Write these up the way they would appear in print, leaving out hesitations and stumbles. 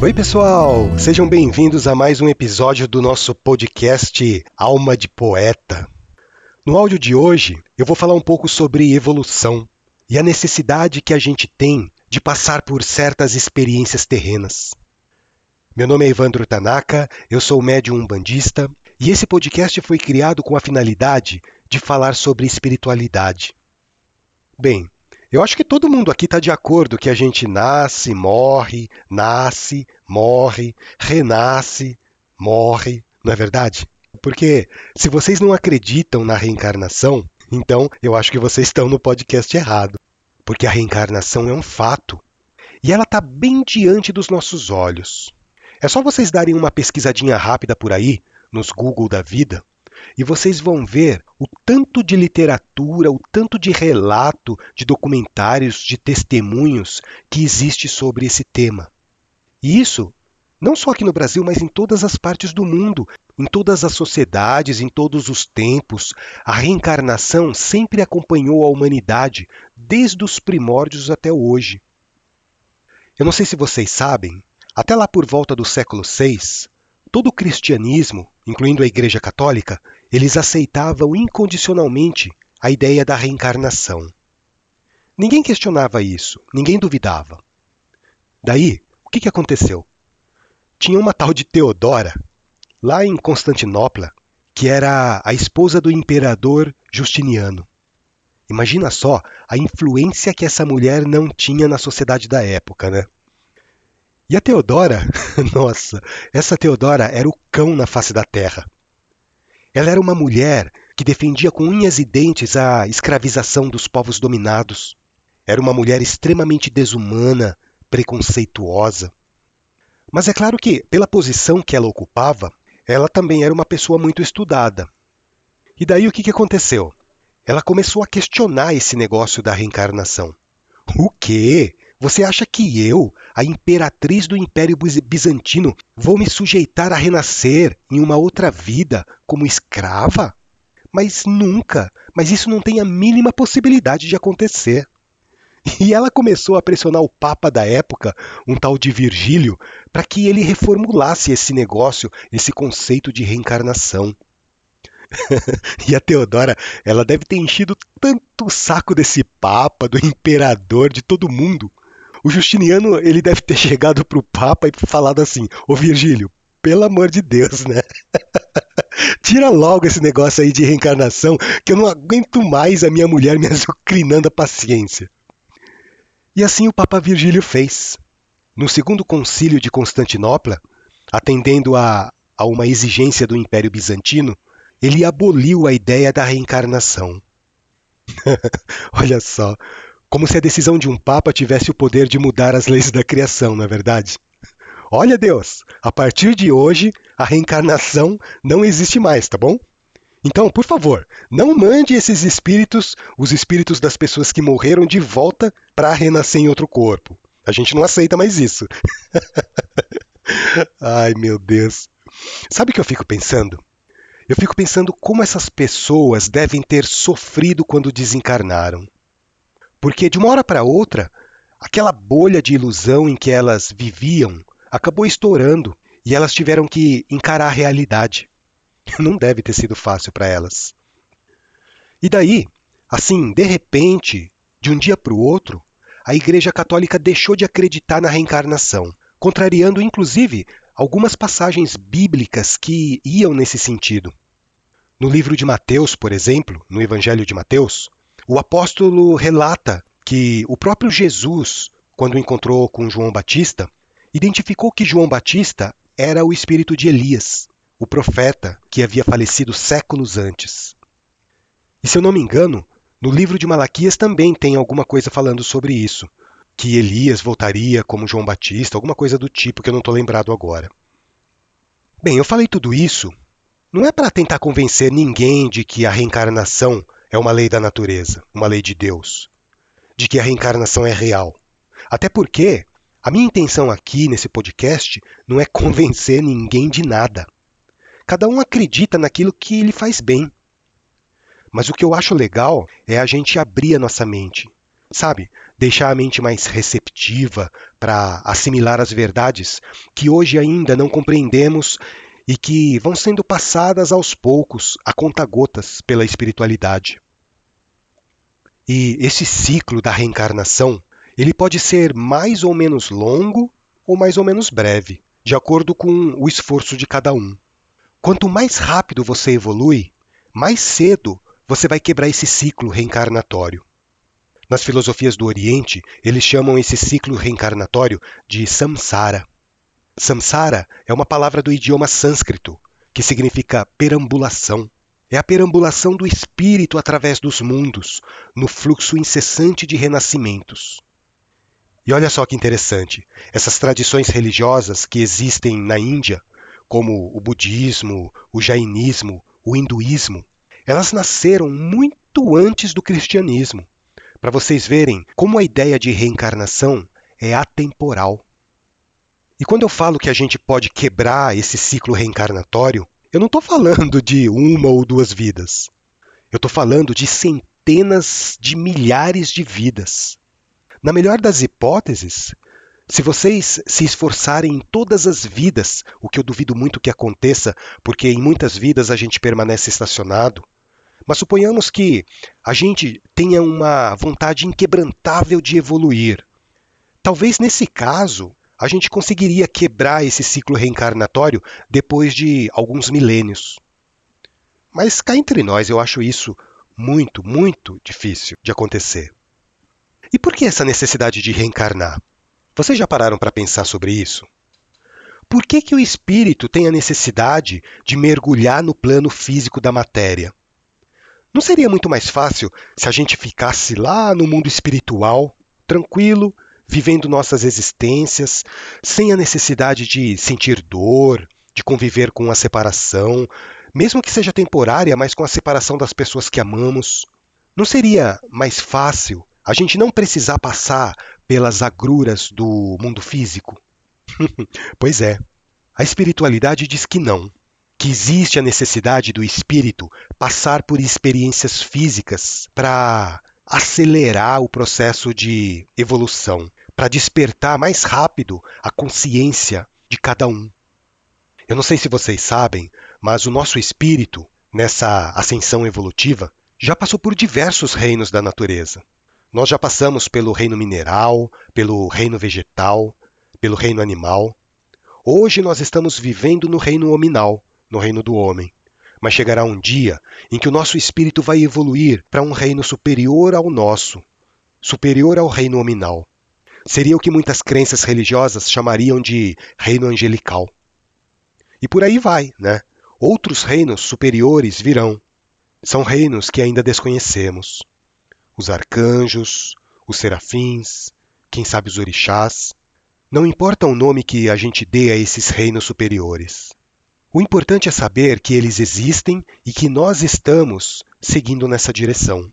Oi pessoal, sejam bem-vindos a mais um episódio do nosso podcast Alma de Poeta. No áudio de hoje eu vou falar um pouco sobre evolução e a necessidade que a gente tem de passar por certas experiências terrenas. Meu nome é Evandro Tanaka, eu sou médium umbandista e esse podcast foi criado com a finalidade de falar sobre espiritualidade. Bem, eu acho que todo mundo aqui está de acordo que a gente nasce, morre, renasce, morre, não é verdade? Porque se vocês não acreditam na reencarnação, então eu acho que vocês estão no podcast errado. Porque a reencarnação é um fato e ela está bem diante dos nossos olhos. É só vocês darem uma pesquisadinha rápida por aí, nos Google da vida, e vocês vão ver o tanto de literatura, o tanto de relato, de documentários, de testemunhos que existe sobre esse tema. E isso, não só aqui no Brasil, mas em todas as partes do mundo, em todas as sociedades, em todos os tempos, a reencarnação sempre acompanhou a humanidade, desde os primórdios até hoje. Eu não sei se vocês sabem, até lá por volta do século VI, todo o cristianismo, incluindo a Igreja Católica, eles aceitavam incondicionalmente a ideia da reencarnação. Ninguém questionava isso, ninguém duvidava. Daí, o que aconteceu? Tinha uma tal de Teodora, lá em Constantinopla, que era a esposa do imperador Justiniano. Imagina só a influência que essa mulher não tinha na sociedade da época, né? E a Teodora, nossa, essa Teodora era o cão na face da terra. Ela era uma mulher que defendia com unhas e dentes a escravização dos povos dominados. Era uma mulher extremamente desumana, preconceituosa. Mas é claro que, pela posição que ela ocupava, ela também era uma pessoa muito estudada. E daí o que aconteceu? Ela começou a questionar esse negócio da reencarnação. O quê? Você acha que eu, a imperatriz do Império Bizantino, vou me sujeitar a renascer em uma outra vida como escrava? Mas nunca, mas isso não tem a mínima possibilidade de acontecer. E ela começou a pressionar o Papa da época, um tal de Virgílio, para que ele reformulasse esse negócio, esse conceito de reencarnação. E a Teodora, ela deve ter enchido tanto o saco desse Papa, do imperador, de todo mundo. O Justiniano, ele deve ter chegado para o Papa e falado assim: ô Virgílio, pelo amor de Deus, né? Tira logo esse negócio aí de reencarnação, que eu não aguento mais a minha mulher me azucrinando a paciência. E assim o Papa Virgílio fez. No segundo concílio de Constantinopla, atendendo a uma exigência do Império Bizantino, ele aboliu a ideia da reencarnação. Olha só, como se a decisão de um Papa tivesse o poder de mudar as leis da criação, não é verdade? Olha Deus, a partir de hoje, a reencarnação não existe mais, tá bom? Então, por favor, não mande esses espíritos, os espíritos das pessoas que morreram, de volta para renascer em outro corpo. A gente não aceita mais isso. Ai, meu Deus. Sabe o que eu fico pensando? Eu fico pensando como essas pessoas devem ter sofrido quando desencarnaram. Porque de uma hora para outra, aquela bolha de ilusão em que elas viviam acabou estourando e elas tiveram que encarar a realidade. Não deve ter sido fácil para elas. E daí, assim, de repente, de um dia para o outro, a Igreja Católica deixou de acreditar na reencarnação, contrariando inclusive algumas passagens bíblicas que iam nesse sentido. No livro de Mateus, por exemplo, no Evangelho de Mateus, o apóstolo relata que o próprio Jesus, quando encontrou com João Batista, identificou que João Batista era o espírito de Elias, o profeta que havia falecido séculos antes. E se eu não me engano, no livro de Malaquias também tem alguma coisa falando sobre isso, que Elias voltaria como João Batista, alguma coisa do tipo que eu não estou lembrado agora. Bem, eu falei tudo isso, não é para tentar convencer ninguém de que a reencarnação é uma lei da natureza, uma lei de Deus, de que a reencarnação é real. Até porque a minha intenção aqui nesse podcast não é convencer ninguém de nada. Cada um acredita naquilo que lhe faz bem. Mas o que eu acho legal é a gente abrir a nossa mente, Sabe? Deixar a mente mais receptiva para assimilar as verdades que hoje ainda não compreendemos e que vão sendo passadas aos poucos, a conta-gotas, pela espiritualidade. E esse ciclo da reencarnação, ele pode ser mais ou menos longo ou mais ou menos breve, de acordo com o esforço de cada um. Quanto mais rápido você evolui, mais cedo você vai quebrar esse ciclo reencarnatório. Nas filosofias do Oriente, eles chamam esse ciclo reencarnatório de samsara. Samsara é uma palavra do idioma sânscrito, que significa perambulação. É a perambulação do espírito através dos mundos, no fluxo incessante de renascimentos. E olha só que interessante, essas tradições religiosas que existem na Índia, como o budismo, o jainismo, o hinduísmo, elas nasceram muito antes do cristianismo, para vocês verem como a ideia de reencarnação é atemporal. E quando eu falo que a gente pode quebrar esse ciclo reencarnatório, eu não estou falando de uma ou duas vidas. Eu estou falando de centenas de milhares de vidas. Na melhor das hipóteses, se vocês se esforçarem em todas as vidas, o que eu duvido muito que aconteça, porque em muitas vidas a gente permanece estacionado, mas suponhamos que a gente tenha uma vontade inquebrantável de evoluir. Talvez nesse caso, a gente conseguiria quebrar esse ciclo reencarnatório depois de alguns milênios. Mas cá entre nós, eu acho isso muito, muito difícil de acontecer. E por que essa necessidade de reencarnar? Vocês já pararam para pensar sobre isso? Por que o espírito tem a necessidade de mergulhar no plano físico da matéria? Não seria muito mais fácil se a gente ficasse lá no mundo espiritual, tranquilo, vivendo nossas existências, sem a necessidade de sentir dor, de conviver com a separação, mesmo que seja temporária, mas com a separação das pessoas que amamos? Não seria mais fácil a gente não precisar passar pelas agruras do mundo físico? Pois é, a espiritualidade diz que não, que existe a necessidade do espírito passar por experiências físicas para acelerar o processo de evolução, para despertar mais rápido a consciência de cada um. Eu não sei se vocês sabem, mas o nosso espírito, nessa ascensão evolutiva, já passou por diversos reinos da natureza. Nós já passamos pelo reino mineral, pelo reino vegetal, pelo reino animal. Hoje nós estamos vivendo no reino hominal, no reino do homem. Mas chegará um dia em que o nosso espírito vai evoluir para um reino superior ao nosso, superior ao reino hominal. Seria o que muitas crenças religiosas chamariam de reino angelical. E por aí vai, né? Outros reinos superiores virão. São reinos que ainda desconhecemos. Os arcanjos, os serafins, quem sabe os orixás. Não importa o nome que a gente dê a esses reinos superiores. O importante é saber que eles existem e que nós estamos seguindo nessa direção.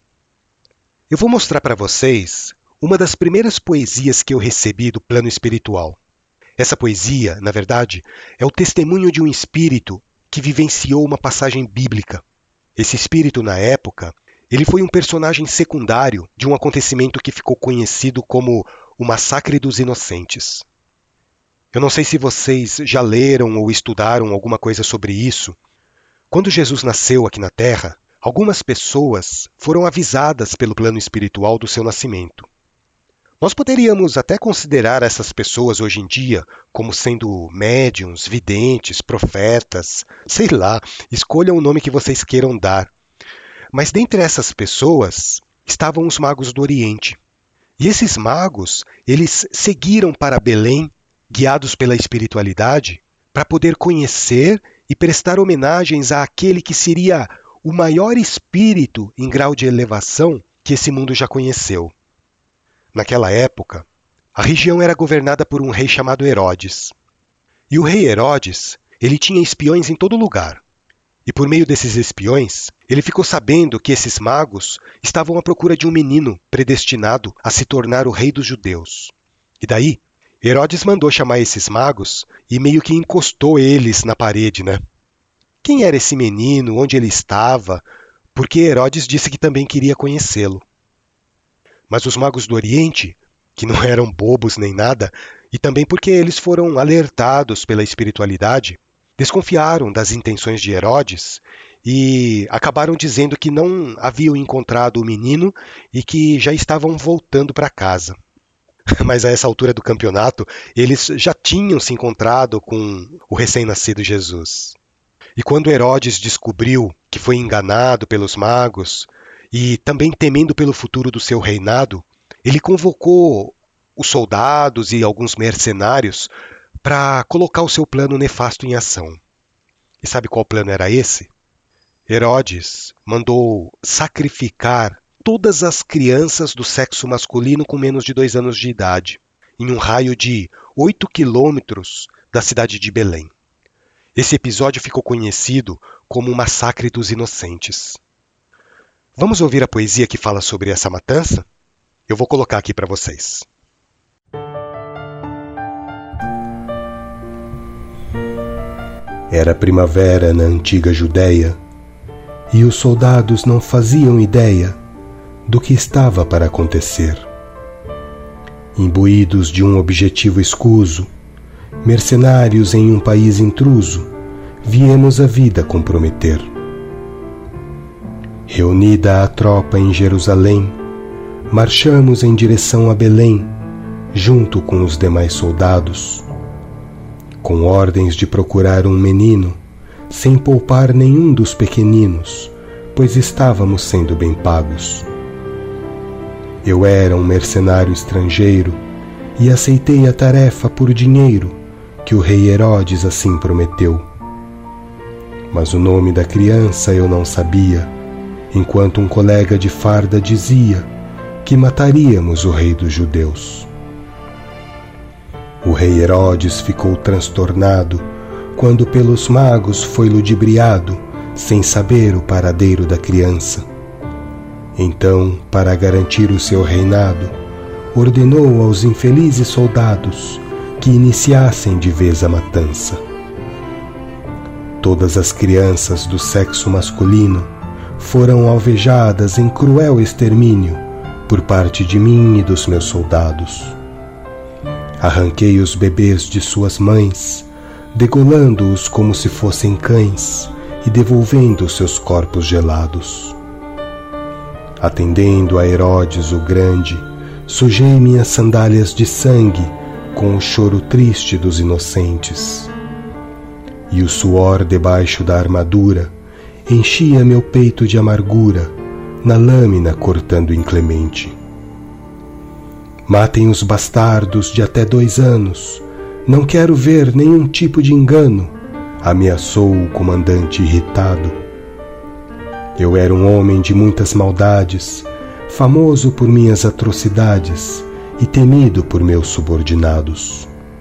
Eu vou mostrar para vocês uma das primeiras poesias que eu recebi do plano espiritual. Essa poesia, na verdade, é o testemunho de um espírito que vivenciou uma passagem bíblica. Esse espírito, na época, ele foi um personagem secundário de um acontecimento que ficou conhecido como o Massacre dos Inocentes. Eu não sei se vocês já leram ou estudaram alguma coisa sobre isso. Quando Jesus nasceu aqui na Terra, algumas pessoas foram avisadas pelo plano espiritual do seu nascimento. Nós poderíamos até considerar essas pessoas hoje em dia como sendo médiuns, videntes, profetas, sei lá, escolham o nome que vocês queiram dar. Mas dentre essas pessoas estavam os magos do Oriente. E esses magos, eles seguiram para Belém, guiados pela espiritualidade, para poder conhecer e prestar homenagens àquele que seria o maior espírito em grau de elevação que esse mundo já conheceu. Naquela época, a região era governada por um rei chamado Herodes. E o rei Herodes, ele tinha espiões em todo lugar. E por meio desses espiões, ele ficou sabendo que esses magos estavam à procura de um menino predestinado a se tornar o rei dos judeus. E daí, Herodes mandou chamar esses magos e meio que encostou eles na parede, né? Quem era esse menino? Onde ele estava? Porque Herodes disse que também queria conhecê-lo. Mas os magos do Oriente, que não eram bobos nem nada, e também porque eles foram alertados pela espiritualidade, desconfiaram das intenções de Herodes e acabaram dizendo que não haviam encontrado o menino e que já estavam voltando para casa. Mas a essa altura do campeonato, eles já tinham se encontrado com o recém-nascido Jesus. E quando Herodes descobriu que foi enganado pelos magos e também temendo pelo futuro do seu reinado, ele convocou os soldados e alguns mercenários para colocar o seu plano nefasto em ação. E sabe qual plano era esse? Herodes mandou sacrificar todas as crianças do sexo masculino com menos de 2 anos de idade, em um raio de 8 quilômetros da cidade de Belém. Esse episódio ficou conhecido como o Massacre dos Inocentes. Vamos ouvir a poesia que fala sobre essa matança? Eu vou colocar aqui para vocês. Era primavera na antiga Judéia, e os soldados não faziam ideia do que estava para acontecer. Imbuídos de um objetivo escuso, mercenários em um país intruso, viemos a vida comprometer. Reunida a tropa em Jerusalém, marchamos em direção a Belém, junto com os demais soldados, com ordens de procurar um menino, sem poupar nenhum dos pequeninos, pois estávamos sendo bem pagos. Eu era um mercenário estrangeiro e aceitei a tarefa por dinheiro, que o rei Herodes assim prometeu. Mas o nome da criança eu não sabia, enquanto um colega de farda dizia que mataríamos o rei dos judeus. O rei Herodes ficou transtornado quando pelos magos foi ludibriado, sem saber o paradeiro da criança. Então, para garantir o seu reinado, ordenou aos infelizes soldados que iniciassem de vez a matança. Todas as crianças do sexo masculino foram alvejadas em cruel extermínio por parte de mim e dos meus soldados. Arranquei os bebês de suas mães, degolando-os como se fossem cães e devolvendo seus corpos gelados. Atendendo a Herodes o Grande, sujei minhas sandálias de sangue com o choro triste dos inocentes. E o suor debaixo da armadura enchia meu peito de amargura, na lâmina cortando inclemente. Matem os bastardos de até 2 anos, não quero ver nenhum tipo de engano, ameaçou o comandante irritado. Eu era um homem de muitas maldades, famoso por minhas atrocidades e temido por meus subordinados.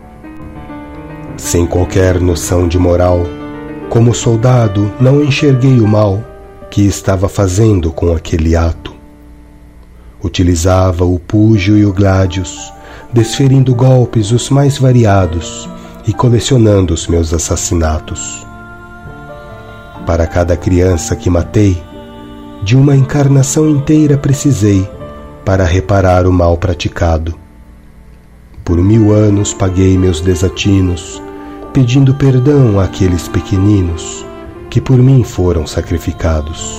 Sem qualquer noção de moral, como soldado não enxerguei o mal que estava fazendo com aquele ato. Utilizava o púgio e o gládios, desferindo golpes os mais variados e colecionando os meus assassinatos. Para cada criança que matei, de uma encarnação inteira precisei para reparar o mal praticado. Por 1000 anos paguei meus desatinos, pedindo perdão àqueles pequeninos que por mim foram sacrificados.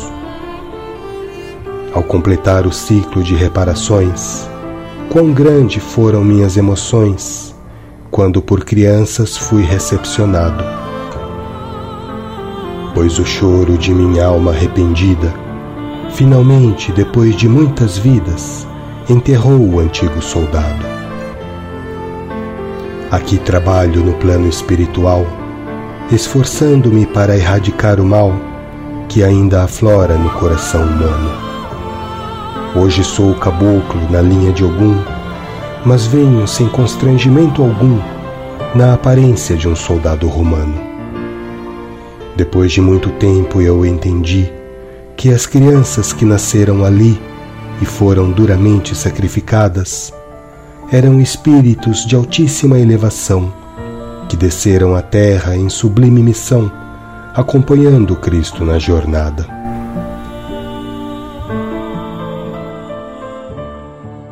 Ao completar o ciclo de reparações, quão grande foram minhas emoções quando por crianças fui recepcionado. Pois o choro de minha alma arrependida, finalmente, depois de muitas vidas, enterrou o antigo soldado. Aqui trabalho no plano espiritual, esforçando-me para erradicar o mal que ainda aflora no coração humano. Hoje sou caboclo na linha de Ogum, mas venho sem constrangimento algum na aparência de um soldado romano. Depois de muito tempo eu entendi que as crianças que nasceram ali e foram duramente sacrificadas eram espíritos de altíssima elevação que desceram à terra em sublime missão, acompanhando Cristo na jornada.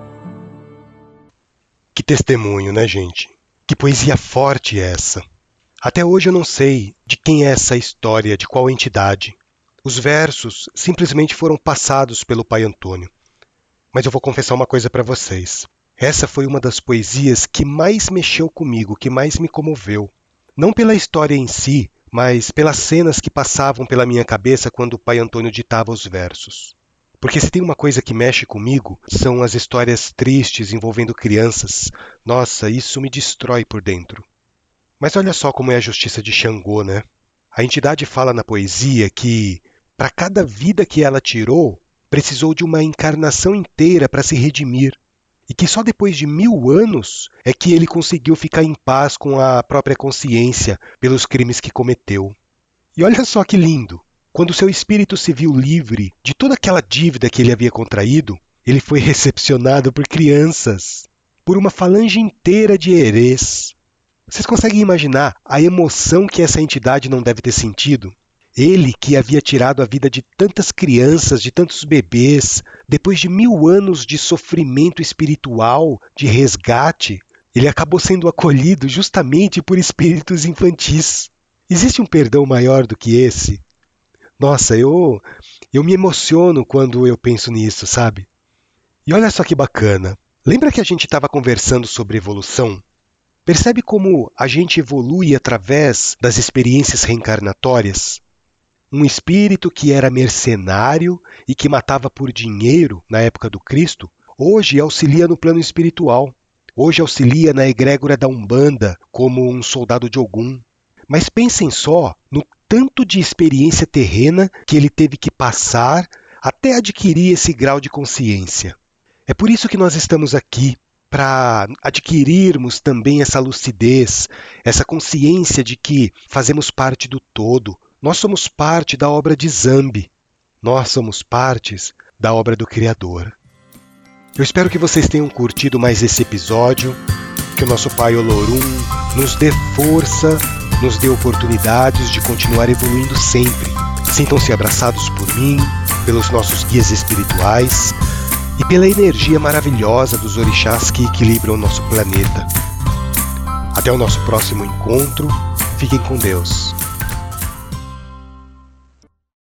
testemunho, né, gente? Que poesia forte é essa? Até hoje eu não sei de quem é essa história, de qual entidade. Os versos simplesmente foram passados pelo Pai Antônio. Mas eu vou confessar uma coisa para vocês. Essa foi uma das poesias que mais mexeu comigo, que mais me comoveu. Não pela história em si, mas pelas cenas que passavam pela minha cabeça quando o Pai Antônio ditava os versos. Porque se tem uma coisa que mexe comigo, são as histórias tristes envolvendo crianças. Nossa, isso me destrói por dentro. Mas olha só como é a justiça de Xangô, né? A entidade fala na poesia que, para cada vida que ela tirou, precisou de uma encarnação inteira para se redimir. E que só depois de 1000 anos é que ele conseguiu ficar em paz com a própria consciência pelos crimes que cometeu. E olha só que lindo! Quando seu espírito se viu livre de toda aquela dívida que ele havia contraído, ele foi recepcionado por crianças, por uma falange inteira de herês. Vocês conseguem imaginar a emoção que essa entidade não deve ter sentido? Ele que havia tirado a vida de tantas crianças, de tantos bebês, depois de 1000 anos de sofrimento espiritual, de resgate, ele acabou sendo acolhido justamente por espíritos infantis. Existe um perdão maior do que esse? Nossa, eu me emociono quando eu penso nisso, sabe? E olha só que bacana. Lembra que a gente estava conversando sobre evolução? Percebe como a gente evolui através das experiências reencarnatórias? Um espírito que era mercenário e que matava por dinheiro na época do Cristo, hoje auxilia no plano espiritual. Hoje auxilia na egrégora da Umbanda como um soldado de Ogum. Mas pensem só no tanto de experiência terrena que ele teve que passar até adquirir esse grau de consciência. É por isso que nós estamos aqui, para adquirirmos também essa lucidez, essa consciência de que fazemos parte do todo. Nós somos parte da obra de Zambi. Nós somos partes da obra do Criador. Eu espero que vocês tenham curtido mais esse episódio, que o nosso Pai Olorum nos dê força, nos dê oportunidades de continuar evoluindo sempre. Sintam-se abraçados por mim, pelos nossos guias espirituais e pela energia maravilhosa dos orixás que equilibram o nosso planeta. Até o nosso próximo encontro. Fiquem com Deus.